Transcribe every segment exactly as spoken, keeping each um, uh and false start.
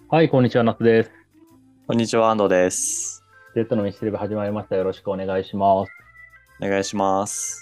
はい、こんにちは、夏です。 こんにちは、安藤です。 デートのミステリー部始まりました。よろしくお願いします。 お願いします。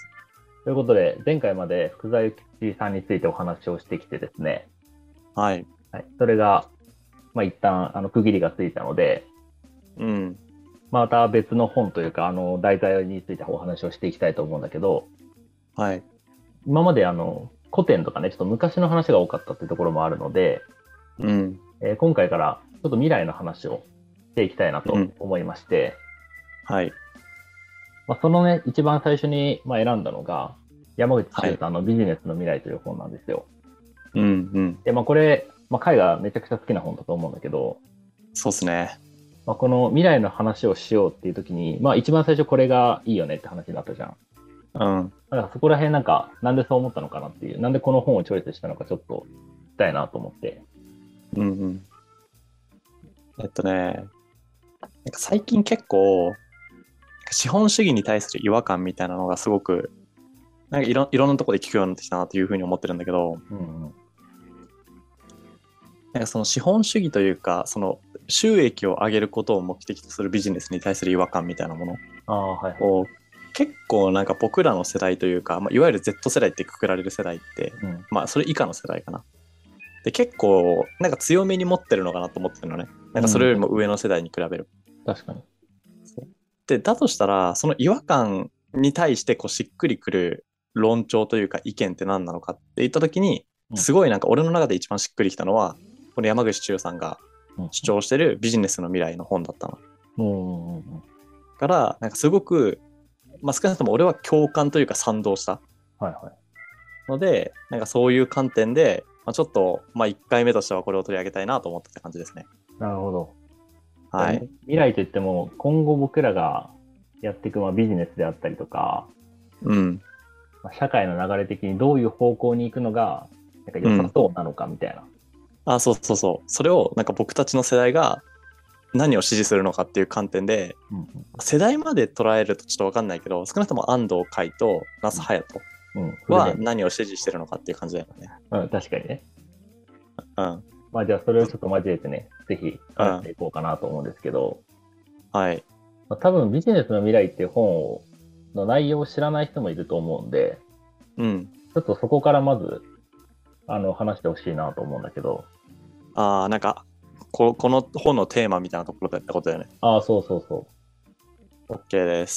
ということで、前回まで福沢諭吉さんについてお話をしてきてですね、 はい。 はい、それが、まあ、一旦、あの、区切りがついたので、 うん。 また別の本というか、あの、題材についてお話をしていきたいと思うんだけど、 はい。 今まであの、古典とかね、ちょっと昔の話が多かったっていうところもあるので、 うん。 えー今回からちょっと未来の話をしていきたいなうん。 と思いまして、 はい。 まあ、そのね、一番最初に、まあ、選んだのが、山口はい。 周さんのビジネスの未来という本なんですよ。 うん。うん。 で、まあ、これ、まあ、彼がめちゃくちゃ好きな本だと思うんだけど、 そうっすね。 まあ、この未来の話をしようっていう時に、まあ、一番最初これがいいよねって話になったじゃん。 うん。 だからそこら辺なんか、なんでそう思ったのかなっていう、なんでこの本をチョイスしたのかちょっと聞きたいなと思って。 うん。うん。えっとね、なんか最近結構、資本主義に対する違和感みたいなのがすごく、なんかいろいろんなところで聞くようになってきたなというふうに思ってるんだけど、 うんうん。 なんかその資本主義というか、その収益を上げることを目的とするビジネスに対する違和感みたいなものああ、はいはい。 を結構なんか僕らの世代というか、まあ、いわゆる Z 世代ってくくられる世代って、 うん。 まあそれ以下の世代かな。で結構なんか強めに持ってるのかなと思ってるのね。なんかそれよりもうん。 上の世代に比べる。 確かに。 そうで、だとしたら、その違和感に対してこうしっくりくる論調というか意見って何なのかって言った時に、 うん。 すごいなんか俺の中で一番しっくりきたのは、この山口周さんがうん。 主張してるビジネスの未来の本だったの。 うん。うん。 から、なんかすごく、まあ、少なくとも俺は共感というか賛同したはいはい。 ので、なんかそういう観点で、まあ、ちょっと、まあ、いっかいめとしてはこれを取り上げたいなと思ったって感じですね。 なるほど。じゃあみはい。 未来といっても、今後僕らがやっていくまあビジネスであったりとか、 うん。 まあ社会の流れ的にどういう方向に行くのがなんか良さうん。 そうなのかみたいな。 あ、そうそうそう。それを、なんか僕たちの世代が何を支持するのかっていう観点で、 うん世代まで捉えるとちょっとわかんないけど、少なくとも安藤海と那須隼人うんうん、フルネーム。 は何を支持してるのかっていう感じだよね。 うん、確かにね。 うん。 まあじゃあそれをちょっと交えてね、ぜひうん。 話していこうかなと思うんですけど、 はい。 まあ、多分ビジネスの未来っていう本をの内容を知らない人もいると思うんで、 うん。 ちょっとそこからまずあの話してほしいなと思うんだけど、 ああ、なんか、こ、この本のテーマみたいなところだったことだよね。 ああ、そうそうそ OK です。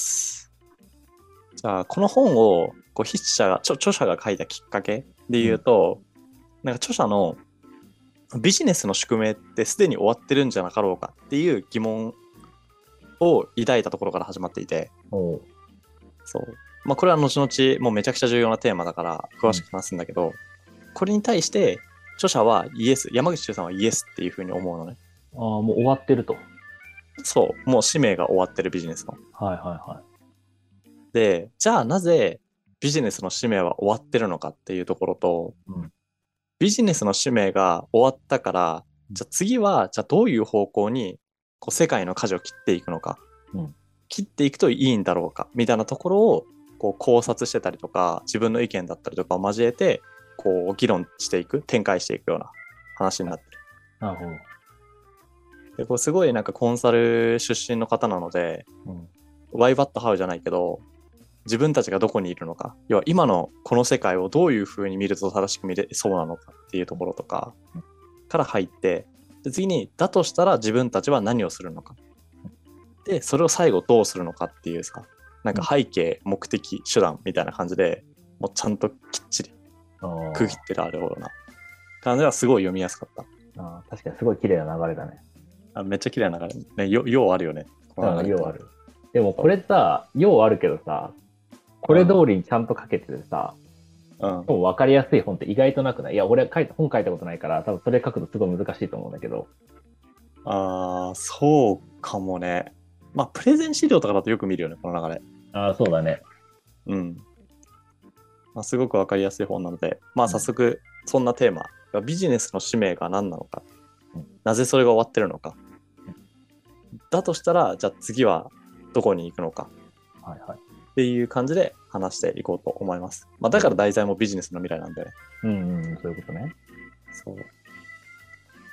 じゃあ、この本をこう筆者が、著著者が書いたきっかけでう。うん。 言うと、なんか著者のビジネスの宿命ってすでに終わってるんじゃなかろうかっていう疑問を抱いたところから始まっていて、 おう。 そう。まあ、これは後々もうめちゃくちゃ重要なテーマだから詳しく話すんだけど、これに対して著者はイエス、山口周さんはイエスっていうふうに思うのね。 ああ、もう終わってると。 そう。もう使命が終わってるビジネスの。 はいはいはで、じゃあなぜビジネスの使命は終わってるのかっていうところと、 い。うん。 ビジネスの使命が終わったから、じゃあ次は、じゃあどういう方向にこう世界の舵を切っていくのか、 うん。 切っていくといいんだろうか、みたいなところをこう考察してたりとか、自分の意見だったりとかを交えて、こう議論していく、展開していくような話になってる。 なるほで、これすごいなんかコンサル出身の方なので、 ど。うん。 ワイバットハウじゃないけど、自分たちがどこにいるのか、要は今のこの世界をどういう風に見ると正しく見れそうなのかっていうところとかから入って、で次に、だとしたら自分たちは何をするのか。で、それを最後どうするのかっていうさ、なんかうん。 背景、目的、手段みたいな感じで、もうちゃんときっちりあ区切ってるあるような感じはすごい読みやすかった。 ーあー、確かにすごい綺麗な流れだね。 あ、めっちゃ綺麗な流れ。ね、よ、ようあるよね。このうん、 流れってね。 要ある。でもこそれさ、要あるけどさ、こう。 れ通うん。 りにちゃんと書けててさ、 うん。 もう分かりやすい本って意外となくない？いや、俺書いた、本書いたことないから、多分それ書くとすごい難しいと思うんだけど。 ああ、そうかもね。まあ、プレゼン資料とかだとよく見るよね、この流れ。 ああ、そうだね。 うん。まあ、すごくわかりやすい本なので、まあ、 うん。 早速、そんなテーマ、ビジネスの使命が何なのか、 うん。 なぜそれが終わってるのか、だとしたら、じゃあ次はどこに行くのかはいはい。 っていう感じで話していこうと思います。まあ、だから題材もビジネスの未来なんでね。 うんうん、そういうことね。 そう。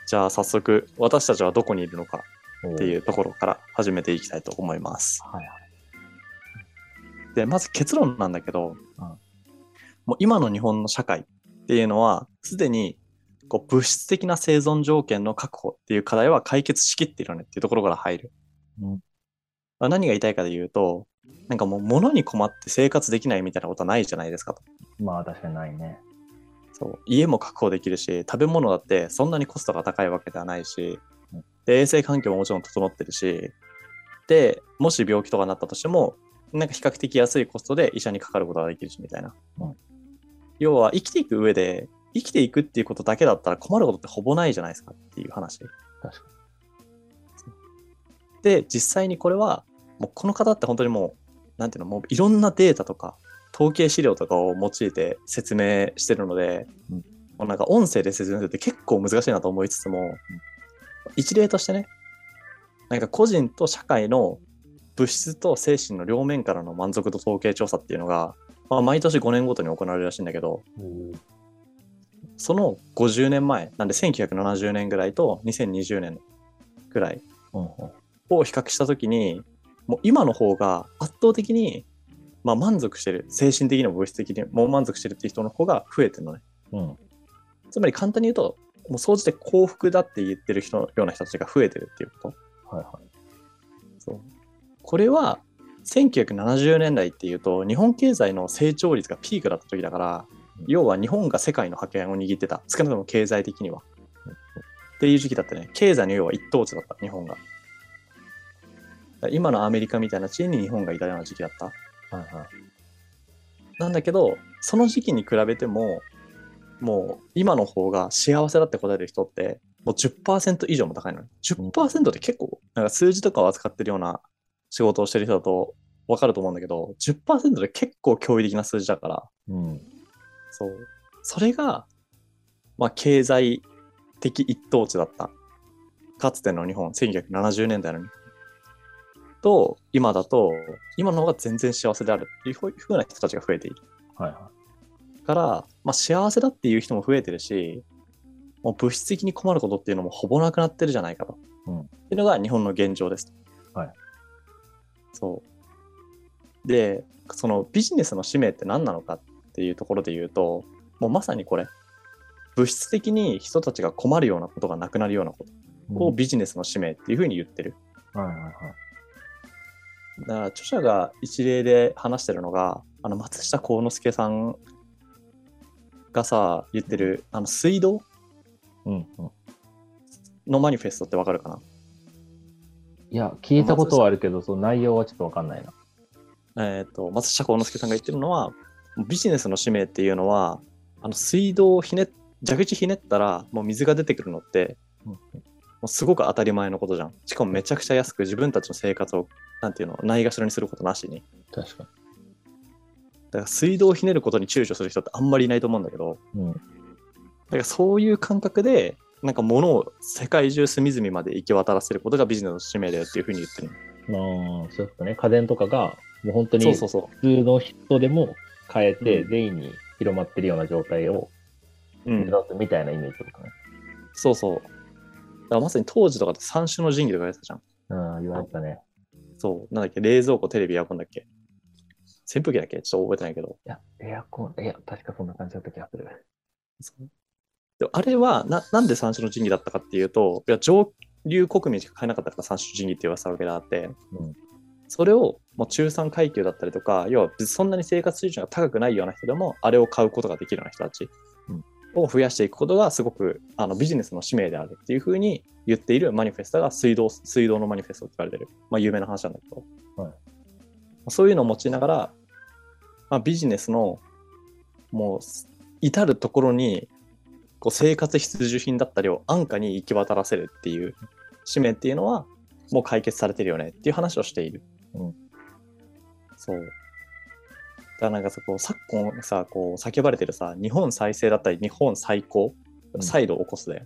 じゃあ早速私たちはどこにいるのかっていおーうところから始めていきたいと思います。 はいはい。 で、まず結論なんだけど、 うんもう今の日本の社会っていうのは、すでにこう物質的な生存条件の確保っていう課題は解決しきっているよねっていうところから入る。 うんまあ何が言いたいかで言うと、なんかもう物に困って生活できないみたいなことはないじゃないですかと。 まあ確かにないね。 そう家も確保できるし、食べ物だってそんなにコストが高いわけではないしうん、 で衛生環境ももちろん整ってるし、で、もし病気とかになったとしても、なんか比較的安いコストで医者にかかることができるしみたいな。 うん要は生きていく上で、生きていくっていうことだけだったら困ることってほぼないじゃないですかっていう話。 確かで、実際にこれは、もうこの方って本当にもう、なんていうの、もういろんなデータとか、統計資料とかを用いて説明してるので、 うんもうなんか音声で説明するって結構難しいなと思いつつも、一例としてね、なんか個人と社会の物質と精神の両面からの満足度統計調査っていうのが、まあ、毎年ごねんごとに行われるらしいんだけど、 に。 そのごじゅうねんまえ、なんでせんきゅうひゃくななじゅうねんぐらいとにせんにじゅうねんぐらいうんうんを比較したときに、もう今の方が圧倒的に、まあ、満足してる、精神的にも物質的にも満足してるっていう人の方が増えてるのね。 うんつまり簡単に言うと、もう総じて幸福だって言ってる人のような人たちが増えてるっていうこと。 はいはい。 そうこれはせんきゅうひゃくななじゅうねんだいっていうと日本経済の成長率がピークだった時だから、要は日本が世界の覇権を握ってた、少なくとも経済的にはっていう時期だったね。経済の要は一等地だった日本が。今のアメリカみたいな地位に日本がいたような時期だった。 はいはい。 なんだけどその時期に比べてももう今の方が幸せだって答える人ってもう じゅっパーセント 以上も高いのね。じゅっパーセント って結構なんか数字とかを扱ってるような仕事をしてる人だと分かると思うんだけど じゅっパーセント で結構驚異的な数字だから、 うん。 そうそれがまあ経済的一等地だったかつての日本せんきゅうひゃくななじゅうねんだいの日本と今だと今の方が全然幸せであるっていうふうな人たちが増えているはいはから、まあ、幸せだっていう人も増えてるし、もう物質的に困ることっていうのもほぼなくなってるじゃないかと。 うんっていうのが日本の現状です。 はい。 そう。で、そのビジネスの使命って何なのかっていうところで言うと、もうまさにこれ、物質的に人たちが困るようなことがなくなるようなことをビジネスの使命っていうふうに言ってる。 い。はいはいはい。 だから著者が一例で話してるのが、あの松下幸之助さんがさ、言ってる、あの水道うんうん。 のマニフェストってわかるかな？ いや、聞いたことはあるけど、その内容はちょっとわかんないな。 えっと、松下幸之助さんが言ってるのは、ビジネスの使命っていうのは、あの水道をひねっ、蛇口ひねったら、もう水が出てくるのって、 うんもうすごく当たり前のことじゃん。しかもめちゃくちゃ安く自分たちの生活を、なんていうの、ないがしろにすることなしに。 確かだから水道をひねることに躊躇する人ってあんまりいないと思うんだけど、 に。うん。 だからそういう感覚で、なんか物を世界中隅々まで行き渡らせることがビジネスの使命だよっていうふうに言ってる。 まあ、そういうことね。家電とかが、もう本当に普そうそうそ通の人でも変えて、 うん全員に広まってるような状態をう。うん目指。すみたいなイメージってことね。 そうそう。だからまさに当時とかって三種の神器とか言われてたじゃん。 うん、言われてたね。 そう。なんだっけ、冷蔵庫、テレビ、エアコンだっけ。扇風機だっけちょっと覚えてないけど。 いや、エアコン、いや、確かそんな感じだった気がする。 そうでもあれはな、なんで三種の神器だったかっていうと、いや上流国民しか買えなかったから三種の神器って言わせたわけであって、 うん。 それをもう中産階級だったりとか、要はそんなに生活水準が高くないような人でも、あれを買うことができるような人たちを増やしていくことがすごくあのビジネスの使命であるっていうふうに言っているマニフェストが水道、水道のマニフェストって言われてる。まあ有名な話なんだけど。 はいそういうのを持ちながら、まあ、ビジネスのもう至るところにこう生活必需品だったりを安価に行き渡らせるっていう使命っていうのはもう解決されてるよねっていう話をしている。 うん、 そう。だからなんかさ、こう昨今さ、こう叫ばれてるさ、日本再生だったり日本最高、再度起こすで、うん、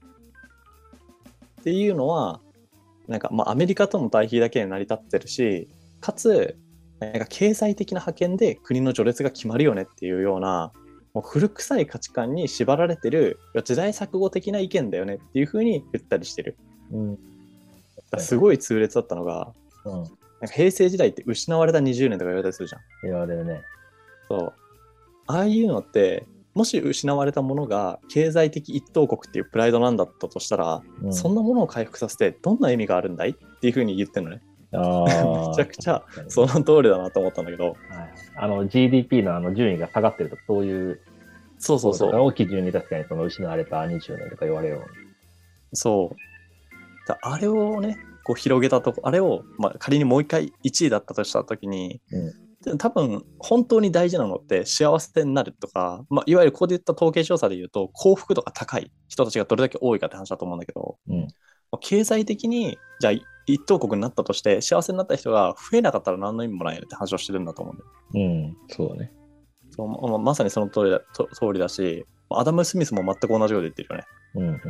っていうのは、なんかまあアメリカとの対比だけで成り立ってるし、かつなんか経済的な覇権で国の序列が決まるよねっていうようなもう古臭い価値観に縛られてる時代錯誤的な意見だよねっていう風に言ったりしてる。 うん。 だからすごい痛烈だったのが、 うん。 なんか平成時代って失われたにじゅうねんとか言われたりするじゃん。 言われるね。 そう。ああいうのって、もし失われたものが経済的一等国っていうプライドなんだったとしたら、うん、そんなものを回復させてどんな意味があるんだいっていう風に言ってるのね。あめちゃくちゃその通りだなと思ったんだけど、はい、 あの ジーディーピー のあの順位が下がってるとかそういうそうそうそうを基準に確かにその失われたにじゅうねんとか言われるよ。 そうだあれをねこう広げたとこあれを、まあ、仮にもう一回いちいだったとした時に、うん、多分本当に大事なのって幸せになるとか、まあ、いわゆるここで言った統計調査で言うと幸福度が高い人たちがどれだけ多いかって話だと思うんだけど、うん、経済的にじゃあ一等国になったとして幸せになった人が増えなかったら何の意味もないよって話をしてるんだと思うんだよ。 うん、そうだね。 そうままさにその通りだと通りだし、アダム・スミスも全く同じようで言ってるよね。うんうんうん。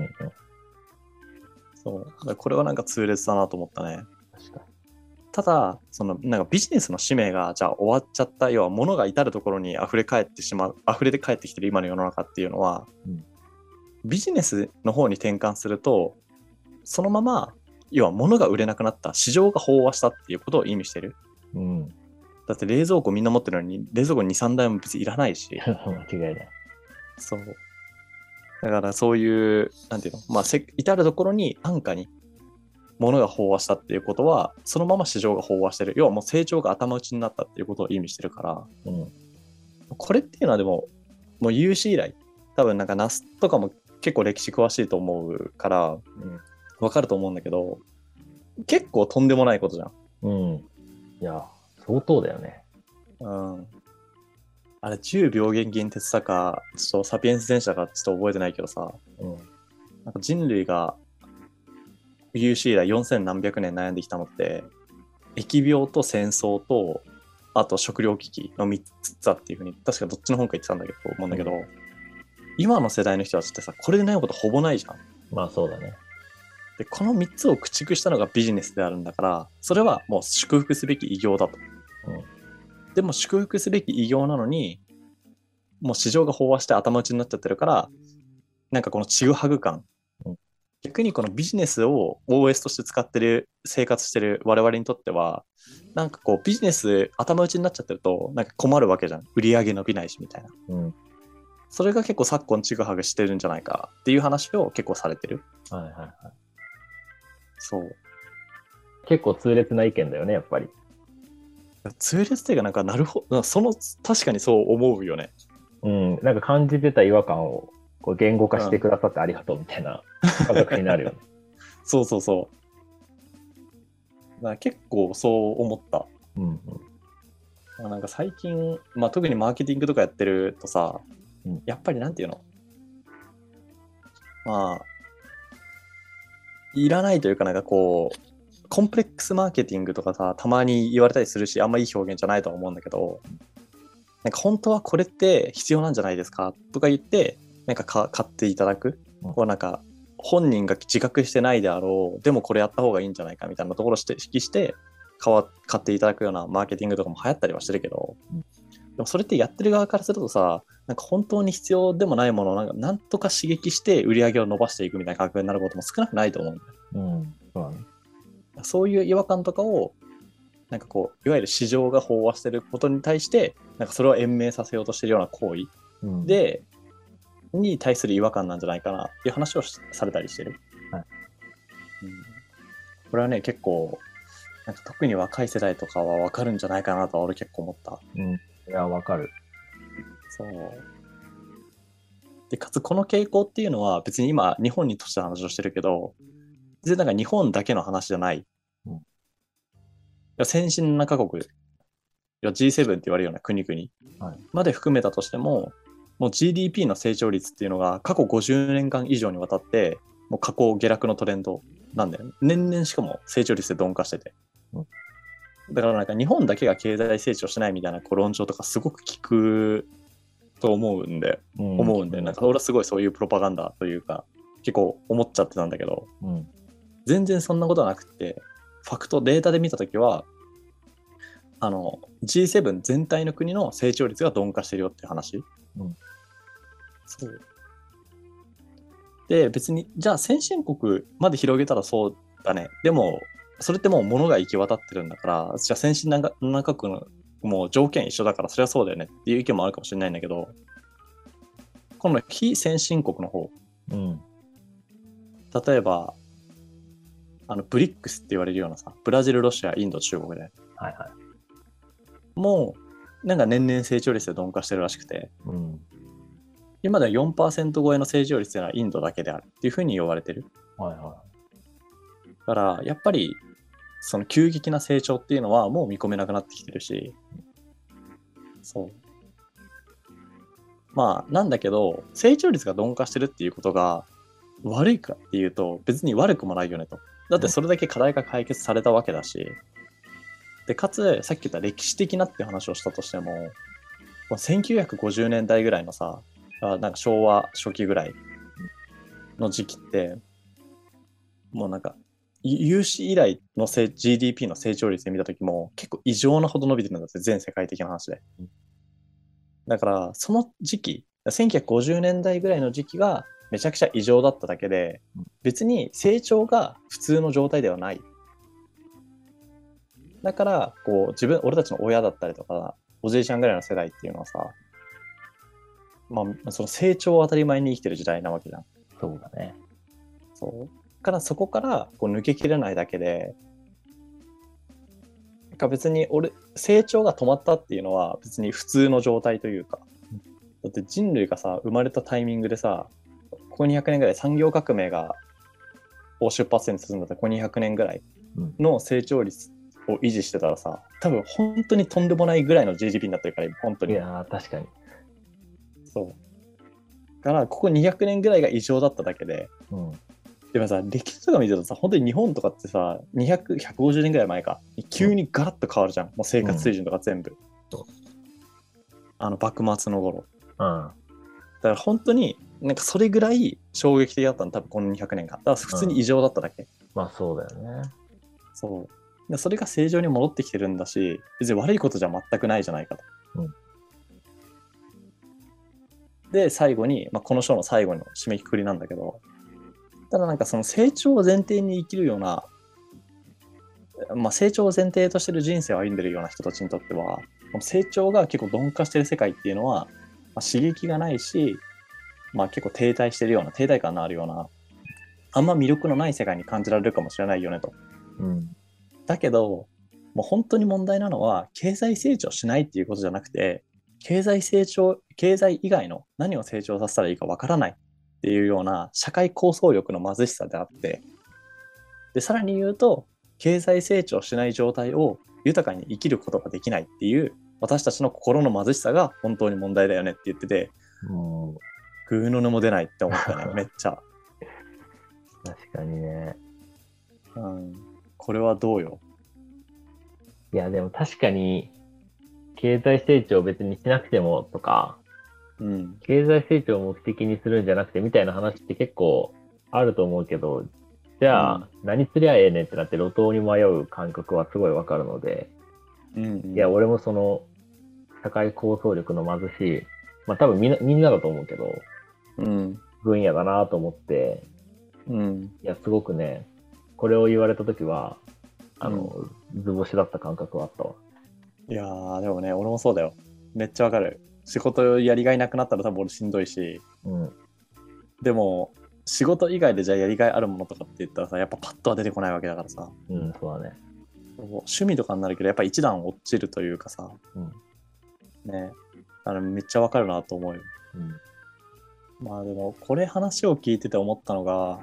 そうだこれはなんか痛烈だなと思ったね。確かに。ただそのなんかビジネスの使命がじゃあ終わっちゃった要は物が至るところに溢れ返ってしまう溢れて帰ってきてる今の世の中っていうのは、うん、ビジネスの方に転換するとそのまま要は物が売れなくなった市場が飽和したっていうことを意味してる、うん、だって冷蔵庫みんな持ってるのに冷蔵庫にさんだいも別にいらないし間違いないそうだからそういうなんていうのまあ至るところに安価に物が飽和したっていうことはそのまま市場が飽和してる要はもう成長が頭打ちになったっていうことを意味してるから、うん、これっていうのはでももう有史以来多分なんかナスとかも結構歴史詳しいと思うから、うん分かると思うんだけど結構とんでもないことじゃん。 うん。いや相当だよね。 うん。あれじゅうびょうげん銀鉄だかちょっとサピエンス電子だかちょっと覚えてないけどさ、うん、なんか人類が有史以来よんせんなんびゃくねん悩んできたのって疫病と戦争とあと食糧危機のみっつだっていうふうに確かどっちの本か言ってたんだけど思うんだけど、うん、今の世代の人たちってさこれで悩むことほぼないじゃん。 まあそうだね。 でこのみっつを駆逐したのがビジネスであるんだからそれはもう祝福すべき偉業だと、うん、でも祝福すべき偉業なのにもう市場が飽和して頭打ちになっちゃってるからなんかこのちぐはぐ感、うん、逆にこのビジネスを オーエス として使ってる生活してる我々にとってはなんかこうビジネス頭打ちになっちゃってるとなんか困るわけじゃん売り上げ伸びないしみたいな、うん、それが結構昨今ちぐはぐしてるんじゃないかっていう話を結構されてる。はいはいはい。そう結構痛烈な意見だよねやっぱり。 痛烈っていうかなんかなるほどその確かにそう思うよね。 うんなんか感じてた違和感をこう言語化してくださってありがとうみたいな感覚になるよね。 そうそうそう。だから結構そう思った。うんうん、なんか最近、まあ、特にマーケティングとかやってるとさ、うん、やっぱりなんていうのまあいらないというかなんかこうコンプレックスマーケティングとかさたまに言われたりするしあんまいい表現じゃないとは思うんだけどなんか本当はこれって必要なんじゃないですかとか言ってなんかか買っていただく、うん、こうなんか本人が自覚してないであろうでもこれやった方がいいんじゃないかみたいなところを指摘して買っていただくようなマーケティングとかも流行ったりはしてるけど、うん、でもそれってやってる側からするとさなんか本当に必要でもないものをなんかなんとか刺激して売り上げを伸ばしていくみたいな感覚になることも少なくないと思うんだよ。うん、そうだね。そういう違和感とかをなんかこういわゆる市場が飽和してることに対してなんかそれを延命させようとしてるような行為で、うん、に対する違和感なんじゃないかなっていう話をされたりしてる。はいうん、これはね結構なんか特に若い世代とかは分かるんじゃないかなとは俺結構思った。 うん、いや分かる。 そうでかつこの傾向っていうのは別に今日本にとして話をしてるけど全然なんか日本だけの話じゃない、うん、いや先進な各国いや ジーセブン って言われるような国々まで含めたとしても、もう ジーディーピー の成長率っていうのが過去ごじゅうねんかん以上にわたってもう下降下落のトレンドなんだよね。年々しかも成長率で鈍化してて、うん、だからなんか日本だけが経済成長しないみたいな論調とかすごく聞くと思うんで、うん、思うんでなんか俺はすごいそういうプロパガンダというか結構思っちゃってたんだけど、うん、全然そんなことはなくてファクトデータで見たときはあの ジーセブン 全体の国の成長率が鈍化してるよっていう話、うん、 そうで別にじゃあ先進国まで広げたらそうだね。でもそれってもう物が行き渡ってるんだから、じゃあ先進7カ国のもう条件一緒だからそれはそうだよねっていう意見もあるかもしれないんだけど、今度非先進国の方、 うん、 例えばあのブリックスって言われるようなさ、ブラジル、ロシア、インド、中国で、 はいはい。 もうなんか年々成長率で鈍化してるらしくて、 うん、 今では よんパーセント 超えの成長率というのはインドだけであるっていうふうに言われてる。 はいはだからやっぱりその急激な成長っていうのはもう見込めなくなってきてるし、そう。まあなんだけど成長率が鈍化してるっていうことが悪いかっていうと別に悪くもないよねと。だってそれだけ課題が解決されたわけだし、でかつさっき言った歴史的なって話をしたとしても、せんきゅうひゃくごじゅうねんだいぐらいのさ、なんか昭和初期ぐらいの時期ってもうなんか有史以来の ジーディーピー の成長率で見たときも結構異常なほど伸びてるんだって、全世界的な話で。だからその時期、せんきゅうひゃくごじゅうねんだいぐらいの時期がめちゃくちゃ異常だっただけで、別に成長が普通の状態ではない。だからこう自分俺たちの親だったりとかおじいちゃんぐらいの世代っていうのはさ、まあその成長を当たり前に生きてる時代なわけじゃん。 そうだね。 そうからそこからこう抜けきれないだけで、なんか別に俺成長が止まったっていうのは別に普通の状態というか、だって人類がさ生まれたタイミングでさ、ここにひゃくねんぐらい産業革命がを出発点に進んだここにひゃくねんぐらいの成長率を維持してたらさ、多分本当にとんでもないぐらいの ジーディーピー になってるから今本当に。 いやー確かに。 そうだからここにひゃくねんぐらいが異常だっただけで、 うん、 でもさ歴史とか見てるとさ、本当に日本とかってさにひゃく、ひゃくごじゅうねんぐらい前か急にガラッと変わるじゃん、もう生活水準とか全部、 うん、 あの幕末の頃、 うん、 だから本当になんかそれぐらい衝撃的だったの、多分このにひゃくねんか。だから普通に異常だっただけ、うん、 まあそうだよね。 そうでそれが正常に戻ってきてるんだし、別に悪いことじゃ全くないじゃないかと、 うん、 で最後に、まあ、この章の最後の締めくくりなんだけど、ただなんかその成長を前提に生きるような、まあ、成長を前提としてる人生を歩んでるような人たちにとっては、成長が結構鈍化してる世界っていうのは、まあ、刺激がないし、まあ、結構停滞してるような、停滞感のあるような、あんま魅力のない世界に感じられるかもしれないよねと。 うん、 だけどもう本当に問題なのは経済成長しないっていうことじゃなくて、経済成長経済以外の何を成長させたらいいかわからないっていうような社会構想力の貧しさであって、でさらに言うと経済成長しない状態を豊かに生きることができないっていう私たちの心の貧しさが本当に問題だよねって言ってて、 もうグーの音も出ないって思ったねめっちゃ。 確かにね。 うん、これはどうよ。 いやでも確かに経済成長を別にしなくてもとか、 うん、 経済成長を目的にするんじゃなくてみたいな話って結構あると思うけど、じゃあ、うん、何すりゃええねんってなって路頭に迷う感覚はすごいわかるので、 うんうん、 いや俺もその社会構想力の貧しい、まあ多分みんなみんなだと思うけど、 うん、 分野だなと思って、 うん、 いやすごくね、これを言われた時はあの、うん、図星だった感覚はあったわ。 いやーでもね俺もそうだよ、めっちゃわかる。仕事やりがいなくなったら多分俺しんどいし、 うん、 でも仕事以外でじゃあやりがいあるものとかって言ったらさ、やっぱパッとは出てこないわけだからさ、 うん、そうだね。 趣味とかになるけどやっぱ一段落ちるというかさ、うん、ね、あのめっちゃわかるなと思うよ、うん、まあでもこれ話を聞いてて思ったのが、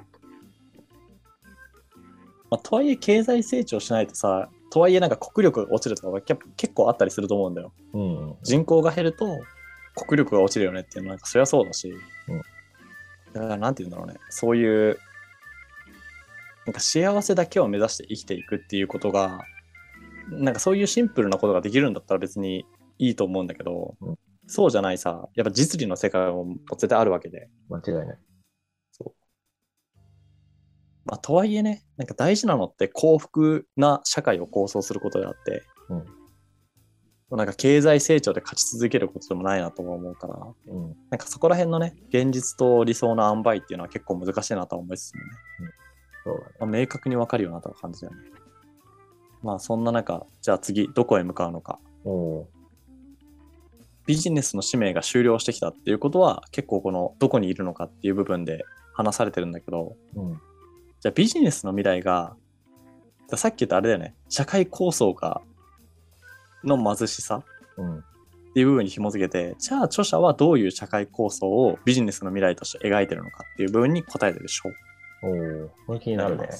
まあ、とはいえ経済成長しないとさ、とはいえなんか国力が落ちるとかが結構あったりすると思うんだよ、うんうん、人口が減ると国力が落ちるよねっていうのはなんかそりゃそうだし、うん、だからなんて言うんだろうね、そういうなんか幸せだけを目指して生きていくっていうことが、なんかそういうシンプルなことができるんだったら別にいいと思うんだけど、うん、そうじゃないさ、やっぱ実利の世界も絶対あるわけで。 間違いない。 そう。まあ、とはいえね、なんか大事なのって幸福な社会を構想することであって、うん、 なんか経済成長で勝ち続けることでもないなと思うから、 うん。 なんかそこら辺のね、現実と理想の塩梅っていうのは結構難しいなとは思いつつもね、 そうだね。 まあ、明確に分かるような感じだよね。まあそんな中、じゃあ次どこへ向かうのか。 おービジネスの使命が終了してきたっていうことは結構このどこにいるのかっていう部分で話されてるんだけど、 うん。 じゃあビジネスの未来が、さっき言ったあれだよね、社会構想がの貧しさうん。 っていう部分に紐付けて、じゃあ著者はどういう社会構想をビジネスの未来として描いてるのかっていう部分に答えてるでしょう。 おーこれ気になるね。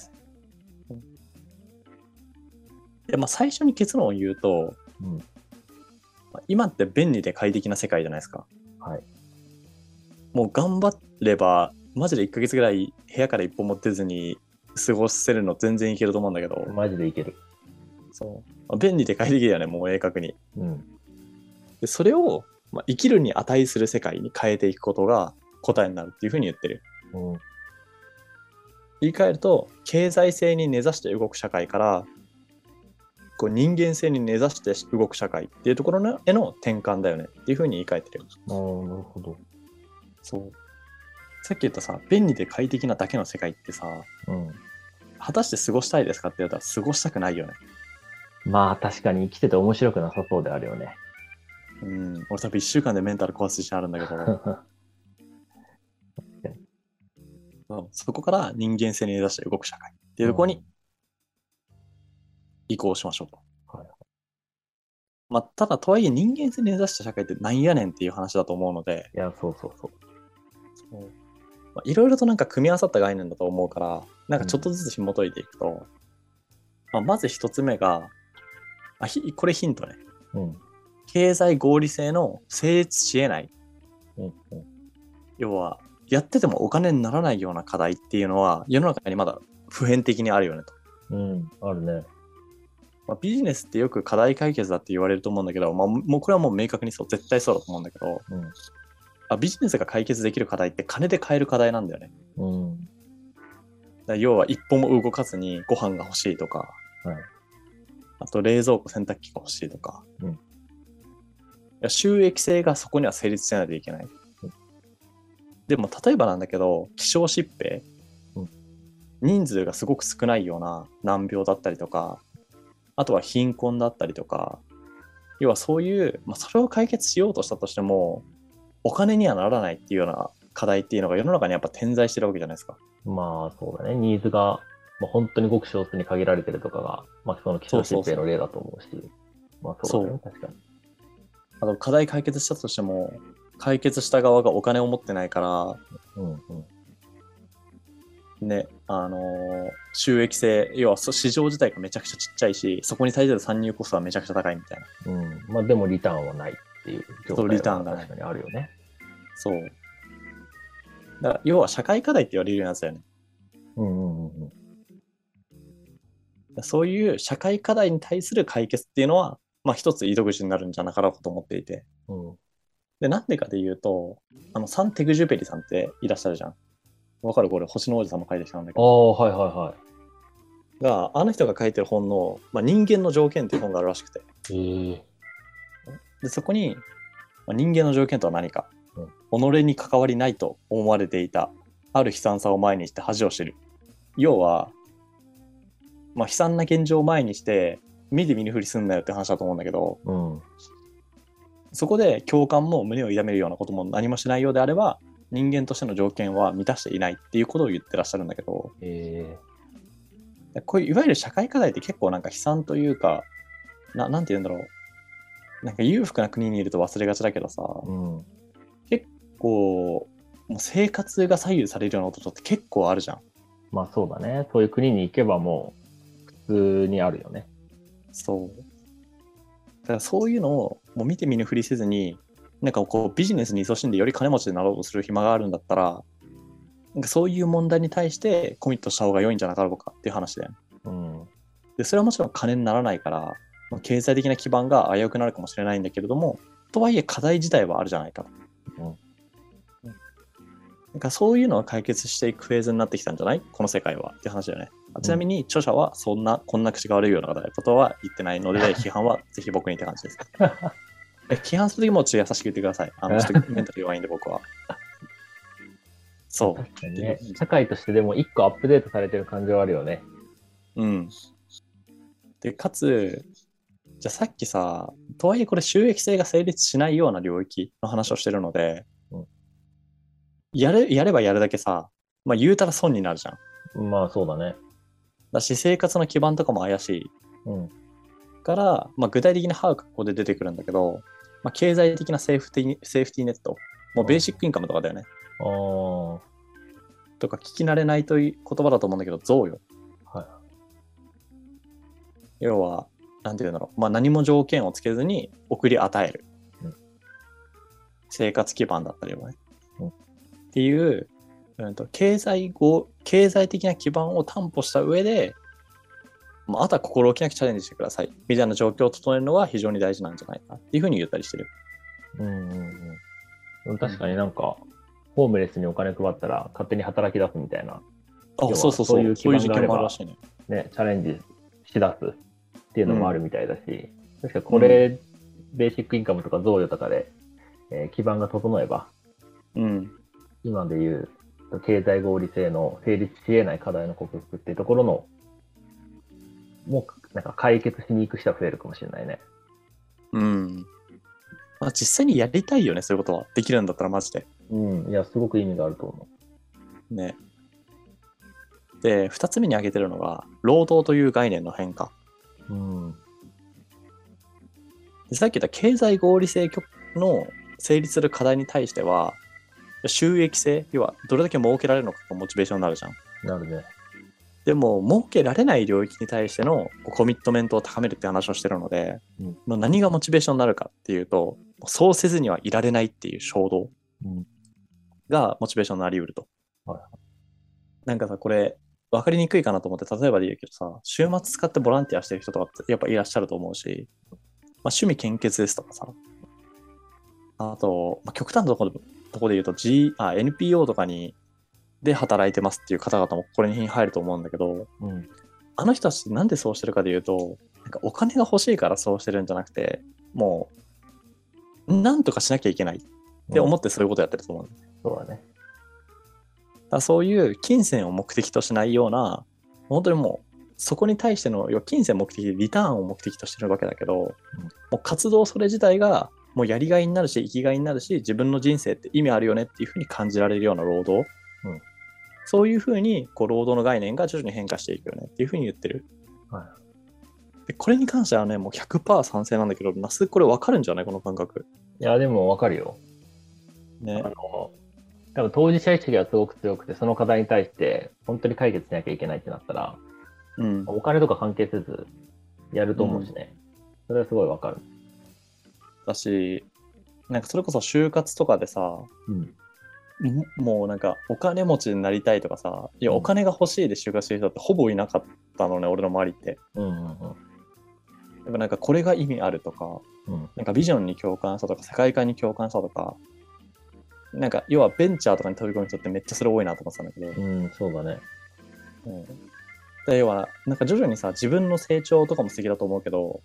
で、まあ、最初に結論を言うと、 うん。 まあ今って便利で快適な世界じゃないですか。 はい。 もう頑張れば、マジでいっかげつぐらい部屋から一歩も出ずに過ごせるの全然いけると思うんだけど、 マジでいける。 そうまあ便利で快適だよね、もう明確に。 うん。 で、それを、まあ、生きるに値する世界に変えていくことが答えになるっていうふうに言ってる。 うん。 言い換えると、経済性に根ざして動く社会から、こう人間性に根ざして動く社会っていうところのへの転換だよねっていうふうに言い換えてる。 ああ、なるほど。 そう。さっき言ったさ、便利で快適なだけの世界ってさ、 うん。 果たして過ごしたいですかって言われたら過ごしたくないよね。 まあ確かに生きてて面白くなさそうであるよね。 うん。俺多分いっしゅうかんでメンタル壊す自信あるんだけど、そうそこから人間性に根ざして動く社会っていうところに移行しましょうと。 はいまあ、ただとはいえ人間性に根ざした社会ってなんやねんっていう話だと思うので、 いや、そうそうそう。 そうまあいろいろとなんか組み合わさった概念だと思うから、なんかちょっとずつ紐解いていくと、まあ、まず一つ目が、あひこれヒントね。 うん。 経済合理性の成立し得ない。 うん。うん。 要は、やっててもお金にならないような課題っていうのは世の中にまだ普遍的にあるよねと。 うん。あるね。 まあ、ビジネスってよく課題解決だって言われると思うんだけど、まあ、もうこれはもう明確にそう、絶対そうだと思うんだけど、 うん。 あビジネスが解決できる課題って金で買える課題なんだよね。 うん。 だから要は一歩も動かずにご飯が欲しいとか、 はい。 あと冷蔵庫洗濯機が欲しいとか、 うんいや収益性がそこには成立しないといけない。 うんでも例えばなんだけど、希少疾病、 うん人数がすごく少ないような難病だったりとか、あとは貧困だったりとか、要はそういう、まあ、それを解決しようとしたとしても、お金にはならないっていうような課題っていうのが世の中にやっぱ点在してるわけじゃないですか。 まあそうだね。ニーズが、まあ、本当にごく少数に限られてるとかが、まあその希少疾病の例だと思うし。まあそうだね。確かに。 あと課題解決したとしても、解決した側がお金を持ってないから、 うん。うん。 ね、あのー収益性、要はそ市場自体がめちゃくちゃちっちゃいし、そこに対する参入コストはめちゃくちゃ高いみたいな。 うん。まあでもリターンはないっていう状そう態リターンがないは確かにあるよね。 そう。だから要は社会課題って言われるようなやつだよね。 うんうんうんうん。 そういう社会課題に対する解決っていうのは、まあ一つ糸口になるんじゃなかろうかと思っていて。 うん。 で、なんでかで言うと、あの、サンテグジュペリさんっていらっしゃるじゃん。わかるこれ、星の王子さんも書いてきたんだけあど。 あ、はいはいはが、あの人が書いてる本の、まあ、人間の条件っていう本があるらしくて。 い。ええで、そこに、まあ、人間の条件とは何か、 うん、 己に関わりないと思われていた、ある悲惨さを前にして恥を知る。要は、まあ、悲惨な現状を前にして、見て見ぬふりすんなよって話だと思うんだけど、 うん。 そこで共感も胸を痛めるようなことも何もしないようであれば、人間としての条件は満たしていないっていうことを言ってらっしゃるんだけど、 えこういういわゆる社会課題って結構なんか悲惨というか、ななんて言うんだろう。なんか裕福な国にいると忘れがちだけどさ、 えうん。 結構、もう生活が左右されるようなことって結構あるじゃん。 まあそうだね。そういう国に行けばもう普通にあるよね。 そう。だからそういうのをもう見て見ぬふりせずに、なんかこうビジネスに勤しんでより金持ちになろうとする暇があるんだったら、なんかそういう問題に対してコミットした方が良いんじゃなかろうかっていう話だよね。 うん。 で、それはもちろん金にならないから、まあ経済的な基盤が危うくなるかもしれないんだけれども、とはいえ課題自体はあるじゃないかと。 うんなんかそういうのを解決していくフェーズになってきたんじゃないこの世界はっていう話だよね。ちなみに著者はそんな、こんな口が悪いようなことは言ってないので、批判はぜひ僕にって感じです。え批判するときもちょっと優しく言ってください。あのちょっとメンタル弱いんで僕は。そう。 確かにね。社会としてでも一個アップデートされてる感じはあるよね。 うん。で、かつ、じゃあさっきさ、とはいえこれ収益性が成立しないような領域の話をしてるので、うん、やれ、やればやるだけさ、まあ言うたら損になるじゃん。まあそうだね。 だし生活の基盤とかも怪しい。 うん。 から、まあ具体的な把握がここで出てくるんだけど、まあ、経済的なセーフティセーフティーネット、もうベーシックインカムとかだよね。 ああ。 とか聞き慣れないという言葉だと思うんだけど、贈与。 はい。 要は、なんていうんだろう。まあ何も条件をつけずに送り与える。うん、生活基盤だったりはね。うん、っていう、うんと、経済語、経済的な基盤を担保した上で、まあ、あとは心置きなきチャレンジしてください。みたいな状況を整えるのが非常に大事なんじゃないかっていうふうに言ったりしてる。 うんうんうん。確かになんか、うん、ホームレスにお金配ったら勝手に働き出すみたいな。 あ、そうそうそう。そういう基盤があれば、 ね、ね、チャレンジしだすっていうのもあるみたいだし、うん、確かこれ、うん、ベーシックインカムとか贈与とかで、えー、基盤が整えば、 うん、 今でいう経済合理性の成立し得ない課題の克服っていうところのもうなんか解決しに行く人は増えるかもしれないね。 うん。まあ、実際にやりたいよね、そういうことは。できるんだったらマジで。 うん。いや、すごく意味があると思う。ね。で、二つ目に挙げてるのが、労働という概念の変化。 うん。 でさっき言った経済合理性の成立する課題に対しては、収益性、要はどれだけ儲けられるのかがモチベーションになるじゃん。 なるね。 でも、儲けられない領域に対してのコミットメントを高めるって話をしてるので、うん、何がモチベーションになるかっていうと、そうせずにはいられないっていう衝動がモチベーションになり得ると。うん、なんかさ、これ、分かりにくいかなと思って、例えばで言うけどさ、週末使ってボランティアしてる人とかってやっぱいらっしゃると思うし、まあ、趣味献血ですとかさ、あと、まあ、極端なところで、とこで言うと、G、あ、エヌピーオー とかに、で働いてますっていう方々もこれに入ると思うんだけど、うん、あの人たちってなんでそうしてるかで言うと、なんかお金が欲しいからそうしてるんじゃなくて、もうなんとかしなきゃいけないって思ってそういうことやってると思うんです、 うん、そうだね。 だからそういう金銭を目的としないような、本当にもうそこに対しての要金銭目的でリターンを目的としてるわけだけど、うん、もう活動それ自体がもうやりがいになるし生きがいになるし、自分の人生って意味あるよねっていうふうに感じられるような労働、うん、そういうふうにこう労働の概念が徐々に変化していくよねっていうふうに言ってる。はい、でこれに関してはね、もう ひゃくパーセント 賛成なんだけど、那須これ分かるんじゃないこの感覚。 いや、でも分かるよ。ね。あの、多分当事者意識がすごく強くて、その課題に対して本当に解決しなきゃいけないってなったら、うん、お金とか関係せずやると思うしね。うん、それはすごい分かる。 だし、なんかそれこそ就活とかでさ、うんもうなんかお金持ちになりたいとかさ、いやお金が欲しいで就活してる人ってほぼいなかったのね、俺の周りって。うんうんうん、やっぱなんかこれが意味あるとか、うん、なんかビジョンに共感したとか、世界観に共感したとか、なんか要はベンチャーとかに飛び込む人ってめっちゃそれ多いなと思ってたんだけど。 うん、そうだね。 うん、で要はなんか徐々にさ、自分の成長とかも素敵だと思うけど、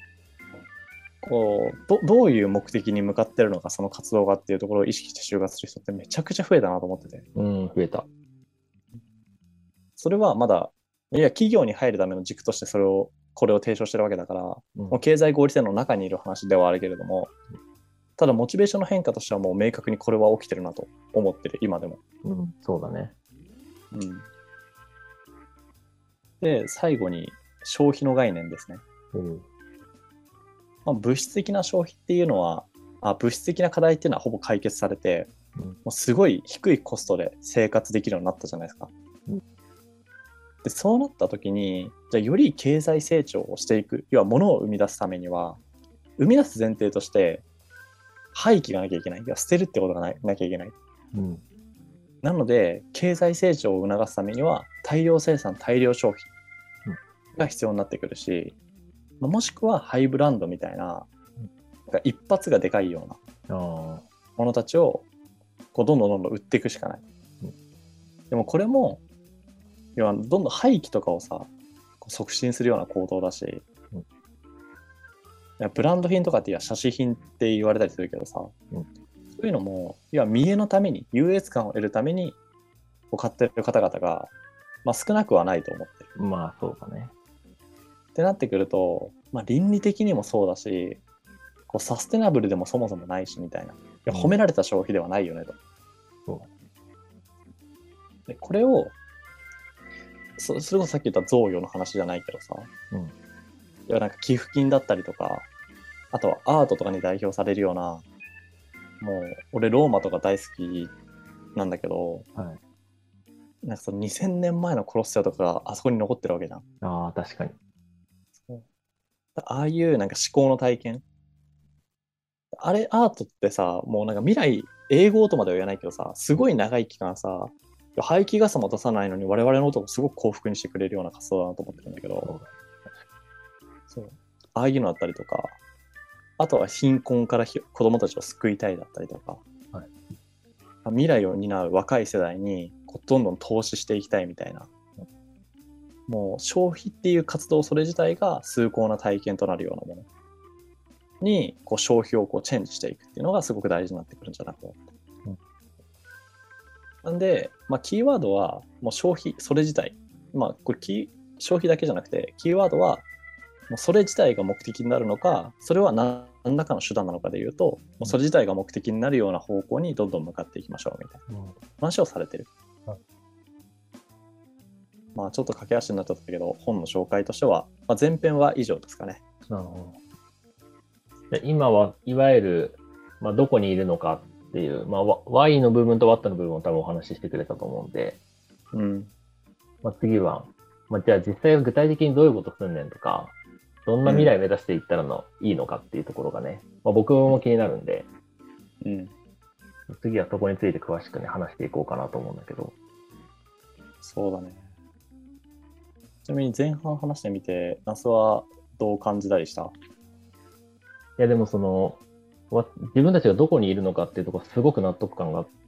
こう ど, どういう目的に向かってるのか、その活動がっていうところを意識して就活する人ってめちゃくちゃ増えたなと思ってて。 うん、増えた。 それはまだ、いや、企業に入るための軸としてそれを、これを提唱してるわけだから、うん、もう経済合理性の中にいる話ではあるけれども、ただモチベーションの変化としてはもう明確にこれは起きてるなと思ってる、今でも。 うん、そうだね。 うん。で、最後に消費の概念ですね。うんまあ、物質的な消費っていうのはあ物質的な課題っていうのはほぼ解決されて、うん、もうすごい低いコストで生活できるようになったじゃないですか、うん、でそうなった時にじゃあより経済成長をしていく、要は物を生み出すためには生み出す前提として廃棄がなきゃいけない、いや捨てるってことが な, なきゃいけない、うん、なので経済成長を促すためには大量生産大量消費が必要になってくるし、もしくはハイブランドみたいな、一発がでかいようなものたちをこうどんどんどんどん売っていくしかない。うん、でもこれも、要はどんどん廃棄とかをさ、こう促進するような行動だし、うん、いやブランド品とかっていや、写真品って言われたりするけどさ、うん、そういうのも、いや、見栄のために、優越感を得るために、こう買ってる方々が、まあ、少なくはないと思ってる。 まあ、そうだね。 ってなってくると、まあ、倫理的にもそうだし、こうサステナブルでもそもそもないしみたいな。いや、褒められた消費ではないよねと。そう。で、これを、そ, それこそさっき言った贈与の話じゃないけどさ、うん、いやなんか寄付金だったりとか、あとはアートとかに代表されるような、もう俺ローマとか大好きなんだけど、はい、なんかそのにせんねんまえのコロッセオとかがあそこに残ってるわけじゃん。 ああ、確かに。 ああいうなんか思考の体験。あれアートってさ、もうなんか未来、英語とまでは言わないけどさ、すごい長い期間さ、排気ガスも出さないのに我々のことをすごく幸福にしてくれるような活動だなと思ってるんだけど、そう、ああいうのだったりとか、あとは貧困から子供たちを救いたいだったりとか、はい、未来を担う若い世代にどんどん投資していきたいみたいな、もう消費っていう活動それ自体が崇高な体験となるようなものにこう消費をこうチェンジしていくっていうのがすごく大事になってくるんじゃないかと思って。うん、なんで、まあ、キーワードはもう消費それ自体、まあこれキ消費だけじゃなくてキーワードはもうそれ自体が目的になるのか、それは何らかの手段なのかでいうと、もうそれ自体が目的になるような方向にどんどん向かっていきましょうみたいな話をされてる。うん、まあちょっと駆け足になっちゃったけど、本の紹介としては、まあ、前編は以上ですかね。 なるほど。今はいわゆる、まあ、どこにいるのかっていう、まあ、Y の部分と Watt の部分を多分お話ししてくれたと思うんで、うん、まあ、次は、まあ、じゃあ実際具体的にどういうことすんねんとか、どんな未来目指していったらの、うん、いいのかっていうところがね、まあ、僕も気になるんで、うん、次はそこについて詳しくね、話していこうかなと思うんだけど。 そうだね。ちなみに前半話してみて、那須はどう感じたりした？ いやでもその、自分たちがどこにいるのかっていうところすごく納得感があって、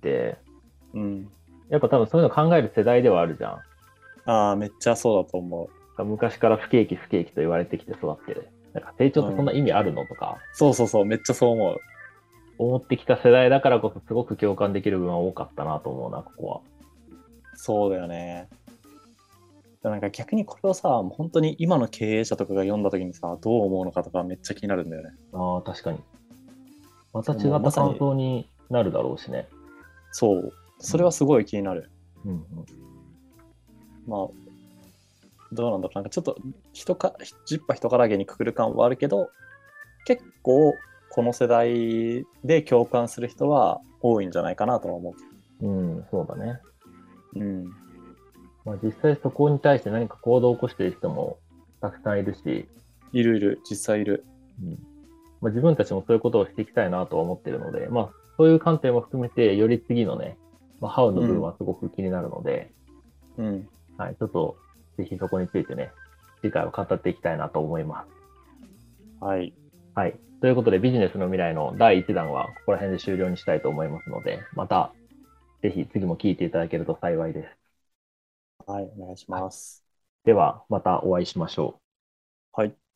うん、やっぱ多分そういうの考える世代ではあるじゃん。 ああ、めっちゃそうだと思う。 昔から不景気不景気と言われてきて育ってる。なんか成長ってそんな意味あるの、うん、とか。 そうそうそう、めっちゃそう思う。 思ってきた世代だからこそすごく共感できる部分は多かったなと思うな、ここは。 そうだよね。なんか逆にこれをさ、もう本当に今の経営者とかが読んだ時にさ、どう思うのかとかめっちゃ気になるんだよね。 ああ、確かに。また違った感想になるだろうしね。 そう。それはすごい気になる。うんうん、まあ、どうなんだろう。なんかちょっと人か、ジッパ人からげにくくる感はあるけど、結構この世代で共感する人は多いんじゃないかなとは思う。うん、そうだね。うん。まあ、実際そこに対して何か行動を起こしている人もたくさんいるし。 いるいる、実際いる。 うん、まあ、自分たちもそういうことをしていきたいなとは思ってるので、まあ、そういう観点も含めて、より次のね、まあ、How の部分はすごく気になるので、うん。はい、ちょっと、ぜひそこについてね、次回は語っていきたいなと思います。 はい。 はい。ということで、ビジネスの未来のだいいちだんはここら辺で終了にしたいと思いますので、また、ぜひ次も聞いていただけると幸いです。 はい、お願いします。 はい、では、またお会いしましょう。 はい。